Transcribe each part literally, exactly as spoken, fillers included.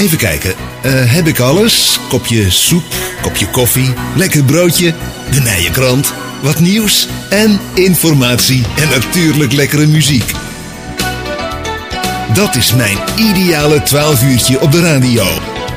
Even kijken. Uh, heb ik alles? Kopje soep, kopje koffie, lekker broodje, de Nijenkrant, wat nieuws en informatie en natuurlijk lekkere muziek. Dat is mijn ideale twaalf uurtje op de radio.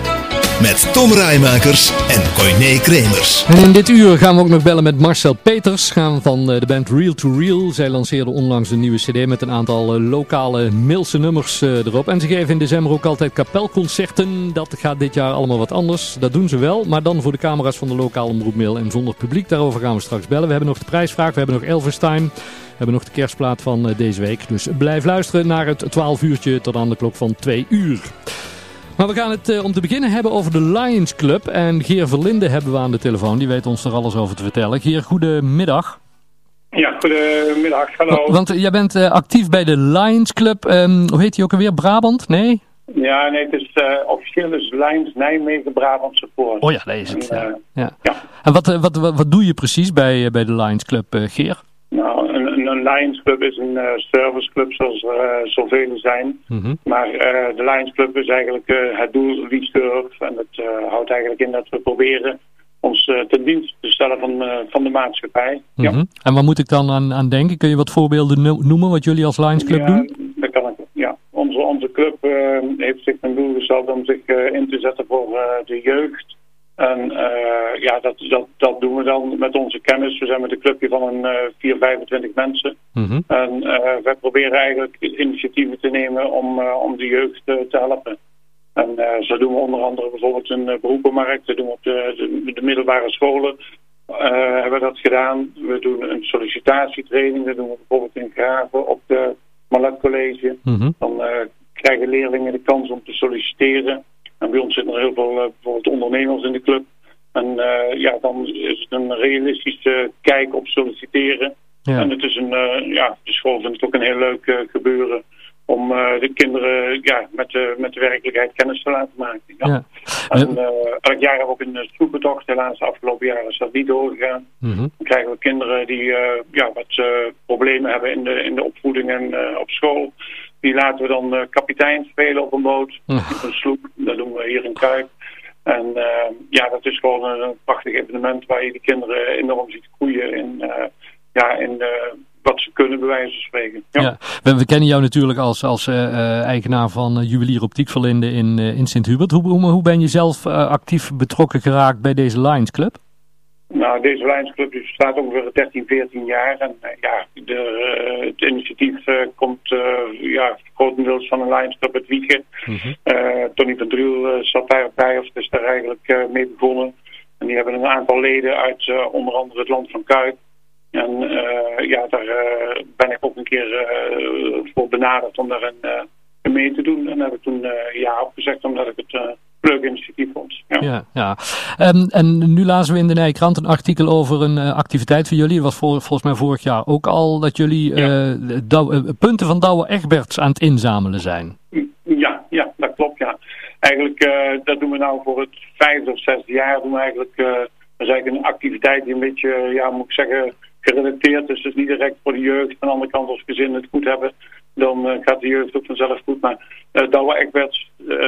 Met Tom Rijmakers en Koiné Kremers. En in dit uur gaan we ook nog bellen met Marcel Peters. Gaan van de band Real to Real. Zij lanceerden onlangs een nieuwe cd met een aantal lokale mailse nummers erop. En ze geven in december ook altijd kapelconcerten. Dat gaat dit jaar allemaal wat anders. Dat doen ze wel, maar dan voor de camera's van de lokale omroep Mail en zonder publiek. Daarover gaan we straks bellen. We hebben nog de prijsvraag, we hebben nog Elvis Time. We hebben nog de kerstplaat van deze week. Dus blijf luisteren naar het twaalf uurtje tot aan de klok van twee uur. Maar we gaan het uh, om te beginnen hebben over de Lions Club. En Geer Verlinde hebben we aan de telefoon. Die weet ons er alles over te vertellen. Geer, goedemiddag. Ja, goedemiddag. Hallo. Want uh, jij bent uh, actief bij de Lions Club. Um, hoe heet die ook alweer? Brabant? Nee? Ja, nee, het is uh, officieel is Lions Nijmegen Brabant Support. Oh ja, dat is het. En, ja. Uh, ja. ja. En wat, uh, wat, wat, wat doe je precies bij, uh, bij de Lions Club, uh, Geer? Nou, een, een Lions Club is een uh, serviceclub zoals er uh, zoveel zijn. Mm-hmm. Maar uh, de Lions Club is eigenlijk uh, het doel wie surf. En dat uh, houdt eigenlijk in dat we proberen ons uh, ten dienste te stellen van, uh, van de maatschappij. Mm-hmm. Ja. En waar moet ik dan aan, aan denken? Kun je wat voorbeelden noemen wat jullie als Lions Club ja, doen? Dat kan ik. Ja, onze, onze club uh, heeft zich een doel gesteld om zich uh, in te zetten voor uh, de jeugd. En uh, ja, dat, dat, dat doen we dan met onze kennis. We zijn met een clubje van een uh, vier, vijfentwintig mensen. Mm-hmm. En uh, wij proberen eigenlijk initiatieven te nemen om, uh, om de jeugd uh, te helpen. En uh, zo doen we onder andere bijvoorbeeld een uh, beroepenmarkt. Dat doen we op de, de, de middelbare scholen. Uh, hebben we dat gedaan. We doen een sollicitatietraining. Dat doen we bijvoorbeeld in Graven op de Malet College. Mm-hmm. Dan uh, krijgen leerlingen de kans om te solliciteren. En bij ons zitten er heel veel uh, bijvoorbeeld ondernemers in de club. En uh, ja, dan is het een realistische kijk op solliciteren. Ja. En het is een, uh, ja, de school vindt het ook een heel leuk uh, gebeuren om uh, de kinderen ja, met, de, met de werkelijkheid kennis te laten maken. Ja. Ja. En uh, elk jaar hebben we ook een zoektocht. Helaas de afgelopen jaren is dat niet doorgegaan. Mm-hmm. Dan krijgen we kinderen die uh, ja, wat uh, problemen hebben in de, in de opvoeding en uh, op school. Die laten we dan uh, kapitein spelen op een boot, op een sloep. Dat doen we hier in Kuik. En uh, ja, dat is gewoon een, een prachtig evenement waar je die kinderen enorm ziet groeien in, uh, ja, in uh, wat ze kunnen, bij wijze van spreken. Ja. Ja, we, we kennen jou natuurlijk als, als uh, uh, eigenaar van uh, Juwelier Optiek Verlinde in, uh, in Sint-Hubert. Hoe, hoe, hoe ben je zelf uh, actief betrokken geraakt bij deze Lions Club? Nou, deze Lions Club die bestaat ongeveer dertien, veertien jaar. En uh, ja, de, uh, het initiatief uh, komt uh, ja, grotendeels van een Lions Club uit Wijchen. Mm-hmm. Uh, Tony van Driel uh, zat daarbij, of is daar eigenlijk uh, mee begonnen. En die hebben een aantal leden uit uh, onder andere het land van Kuik. En uh, ja, daar uh, ben ik ook een keer uh, voor benaderd om daar een, uh, mee te doen. En daar heb ik toen uh, ja opgezegd omdat ik het... Uh, leuk initiatief vond. Ja, ja. ja. Um, en nu lazen we in de Nijkrant een artikel over een uh, activiteit van jullie. Het was voor, volgens mij vorig jaar ook al dat jullie ja. uh, Douwe, uh, punten van Douwe Egberts aan het inzamelen zijn. Ja, ja, dat klopt, ja. Eigenlijk, uh, dat doen we nou voor het vijfde of zesde jaar. Doen we eigenlijk, uh, dat is eigenlijk een activiteit die een beetje, ja, moet ik zeggen, gerelateerd is. Dus niet direct voor de jeugd. Aan de andere kant, als gezinnen het goed hebben, dan uh, gaat de jeugd ook vanzelf goed. Maar uh, Douwe Egberts, uh,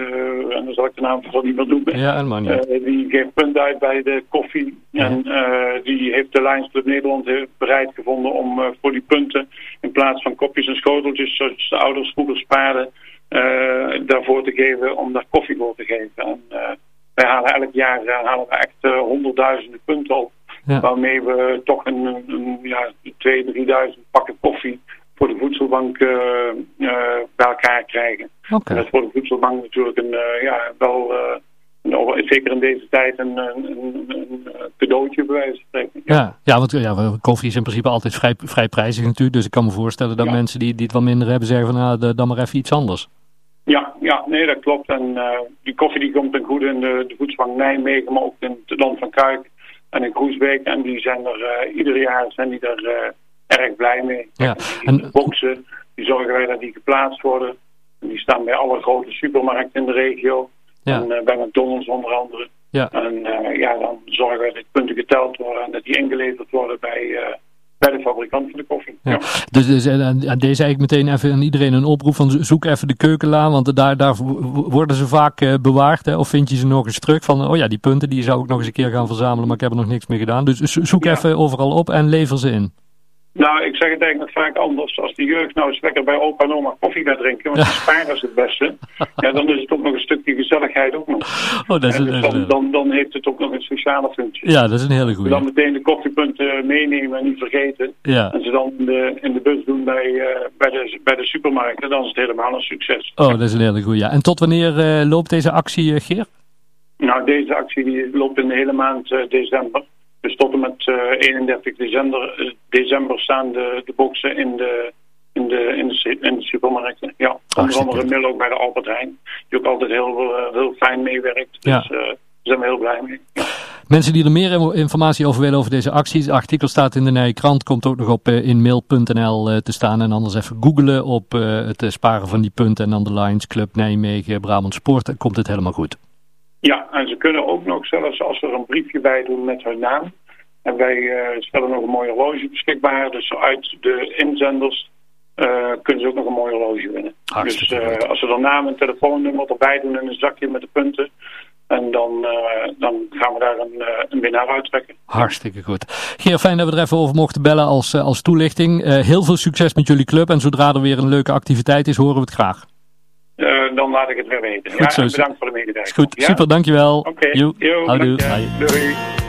en dan zal ik de naam van niet meer noemen, ja, man, ja. uh, die geeft punt uit bij de koffie. Ja. En uh, die heeft de Lions Club Nederland bereid gevonden om uh, voor die punten, in plaats van kopjes en schoteltjes, zoals de ouders vroeger spaarden, uh, daarvoor te geven, om daar koffie voor te geven. En uh, wij halen elk jaar uh, halen we echt uh, honderdduizenden punten op. Ja. Waarmee we toch een, een ja, tweeduizend, drieduizend pakken koffie voor de voedselbank uh, uh, bij elkaar krijgen. Okay. En dat is voor de voedselbank natuurlijk een, uh, ja, wel, uh, een, zeker in deze tijd, een, een, een, een cadeautje bij wijze van spreken. Ja, ja, ja want ja, koffie is in principe altijd vrij, vrij prijzig natuurlijk. Dus ik kan me voorstellen dat ja. mensen die, die het wat minder hebben zeggen van nou, dan maar even iets anders. Ja, ja, nee, dat klopt. En uh, die koffie die komt ten goede in de, de voedselbank Nijmegen, maar ook in het land van Kuik en in Groesbeek. En die zijn er, uh, ieder jaar zijn die er... Uh, erg blij mee. Ja. En die boxen, die zorgen wij dat die geplaatst worden. En die staan bij alle grote supermarkten in de regio. Ja. En uh, bij McDonald's onder andere. Ja. En uh, ja, dan zorgen wij dat punten geteld worden en dat die ingeleverd worden bij, uh, bij de fabrikant van de koffie. Ja. Ja. Dus, dus en, en deze eigenlijk meteen even aan iedereen een oproep van zoek even de keukenlaan, want daar, daar worden ze vaak uh, bewaard. Hè? Of vind je ze nog eens terug van, oh ja, die punten die zou ik nog eens een keer gaan verzamelen, maar ik heb er nog niks mee gedaan. Dus zoek ja. even overal op en lever ze in. Nou, ik zeg het eigenlijk nog vaak anders. Als de jeugd nou eens lekker bij opa en oma koffie gaat drinken, want die sparen is het beste. Ja, dan is het ook nog een stukje gezelligheid ook nog. Oh, dat is een, dus dan, dan, dan heeft het ook nog een sociale functie. Ja, dat is een hele goede. Dan meteen de koffiepunten meenemen en niet vergeten. Ja. En ze dan in de, in de bus doen bij, uh, bij, de, bij de supermarkten, dan is het helemaal een succes. Oh, dat is een hele goede. Ja. En tot wanneer uh, loopt deze actie, uh, Geer? Nou, deze actie die loopt in de hele maand uh, december. Dus tot en met uh, eenendertig december, uh, december staan de, de boxen in de, in de, in de, in de supermarkten. Ja, onder andere Mill ook bij de Albert Heijn. Die ook altijd heel, uh, heel fijn meewerkt. Dus ja. uh, daar zijn we heel blij mee. Ja. Mensen die er meer informatie over willen over deze acties. Het artikel staat in de Nije Krant. Komt ook nog op uh, in mail punt n l uh, te staan. En anders even googlen op uh, het uh, sparen van die punten. En dan de Lions Club Nijmegen, Brabant Sport. Dan komt het helemaal goed. Ja, en ze kunnen ook nog zelfs als we er een briefje bij doen met hun naam. En wij uh, stellen nog een mooi horloge beschikbaar. Dus uit de inzenders uh, kunnen ze ook nog een mooi horloge winnen. Hartstikke dus uh, als ze dan naam en telefoonnummer erbij doen in een zakje met de punten. En dan, uh, dan gaan we daar een, uh, een winnaar uittrekken. Hartstikke goed. Geer, fijn dat we er even over mochten bellen als, uh, als toelichting. Uh, heel veel succes met jullie club. En zodra er weer een leuke activiteit is, horen we het graag. Uh, dan laat ik het weer weten. Goed, ja, zo. Bedankt voor de medewerking. Goed, ja? super, dankjewel. Oké, okay. Houdoe. Doei.